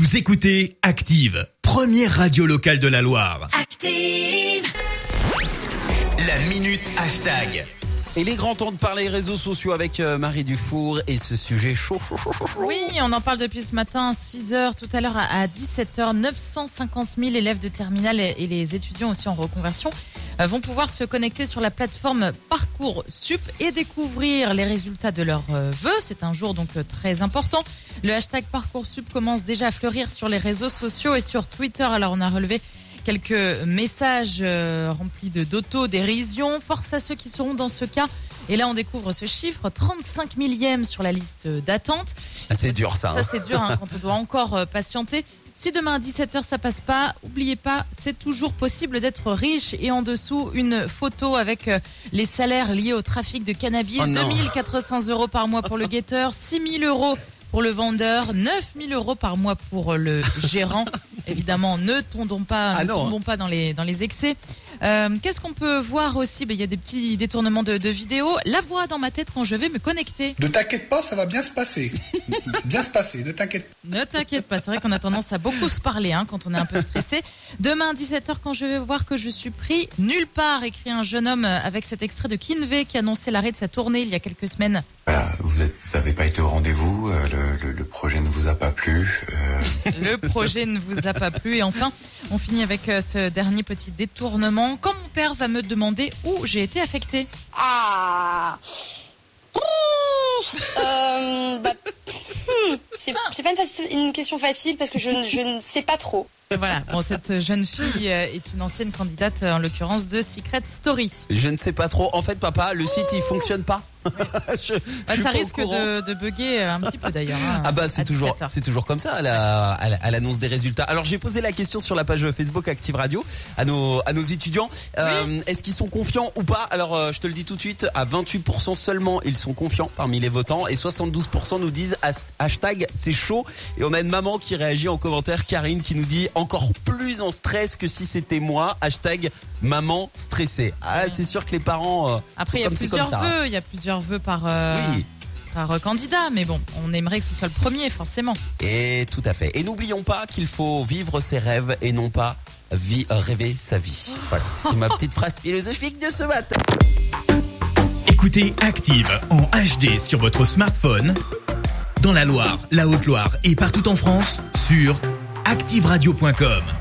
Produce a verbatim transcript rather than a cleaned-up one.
Vous écoutez Active, première radio locale de la Loire. Active. La minute hashtag. Il est grand temps de parler réseaux sociaux avec euh, Marie Dufour et ce sujet chaud, chaud, chaud, chaud, chaud. Oui, on en parle depuis ce matin, six heures, tout à l'heure à dix-sept heures, neuf cent cinquante mille élèves de terminale et les étudiants aussi en reconversion euh, vont pouvoir se connecter sur la plateforme Parcoursup et découvrir les résultats de leurs euh, vœux. C'est un jour donc euh, très important. Le hashtag Parcoursup commence déjà à fleurir sur les réseaux sociaux et sur Twitter. Alors on a relevé quelques messages euh, remplis de d'auto-dérision. Force à ceux qui seront dans ce cas. Et là, on découvre ce chiffre, trente-cinq millième sur la liste d'attente. Ah, c'est dur ça. Ça, hein. c'est dur hein, quand on doit encore euh, patienter. Si demain à dix-sept heures ça passe pas, oubliez pas, c'est toujours possible d'être riche. Et en dessous, une photo avec euh, les salaires liés au trafic de cannabis. Oh non. deux mille quatre cents euros par mois pour le guetteur, six mille euros pour le vendeur, neuf mille euros par mois pour le gérant. Évidemment, ne tombons pas, Ah ne non. tombons pas dans les dans les excès. Euh, qu'est-ce qu'on peut voir aussi? Ben, il y a des petits détournements de, de vidéos. La voix dans ma tête quand je vais me connecter. Ne t'inquiète pas, ça va bien se passer. bien se passer, ne t'inquiète pas. Ne t'inquiète pas, c'est vrai qu'on a tendance à beaucoup se parler hein, quand on est un peu stressé. Demain à dix-sept heures, quand je vais voir que je suis pris nulle part, écrit un jeune homme avec cet extrait de Kinvey qui annonçait l'arrêt de sa tournée il y a quelques semaines. Voilà, vous n'avez pas été au rendez-vous, euh, le, le, le projet ne vous a pas plu. Euh... Le projet ne vous a pas plu. Et enfin, on finit avec euh, ce dernier petit détournement. Quand mon père va me demander où j'ai été affecté. Ah euh, bah, hmm, c'est, c'est pas une, faci- une question facile parce que je, je ne sais pas trop. Voilà, bon, cette jeune fille euh, est une ancienne candidate, en l'occurrence de Secret Story. Je ne sais pas trop. En fait, papa, le site il fonctionne pas. je, Bah, je suis ça pas au risque courant. de, de bugger un petit peu d'ailleurs. Hein, Ah bah c'est à toujours dix-sept heures. c'est toujours comme ça à la, à la- à l'annonce des résultats. Alors j'ai posé la question sur la page Facebook Active Radio à nos à nos étudiants. Euh, Est-ce qu'ils sont confiants ou pas? Alors euh, je te le dis tout de suite, à vingt-huit pour cent seulement ils sont confiants parmi les votants et soixante-douze pour cent nous disent has- hashtag c'est chaud. Et on a une maman qui réagit en commentaire, Karine, qui nous dit encore plus en stress que si c'était moi. Hashtag maman stressée. Ah c'est sûr que les parents. Euh, Après, il sont y a comme ci, plusieurs comme ça, hein. vœux, il y a plusieurs vœux par, euh, Oui. par euh, candidat, mais bon, on aimerait que ce soit le premier, forcément. Et tout à fait. Et n'oublions pas qu'il faut vivre ses rêves et non pas vi- euh, rêver sa vie. Voilà, c'était ma petite phrase philosophique de ce matin. Écoutez Active en H D sur votre smartphone, dans la Loire, la Haute-Loire et partout en France, sur active radio point com.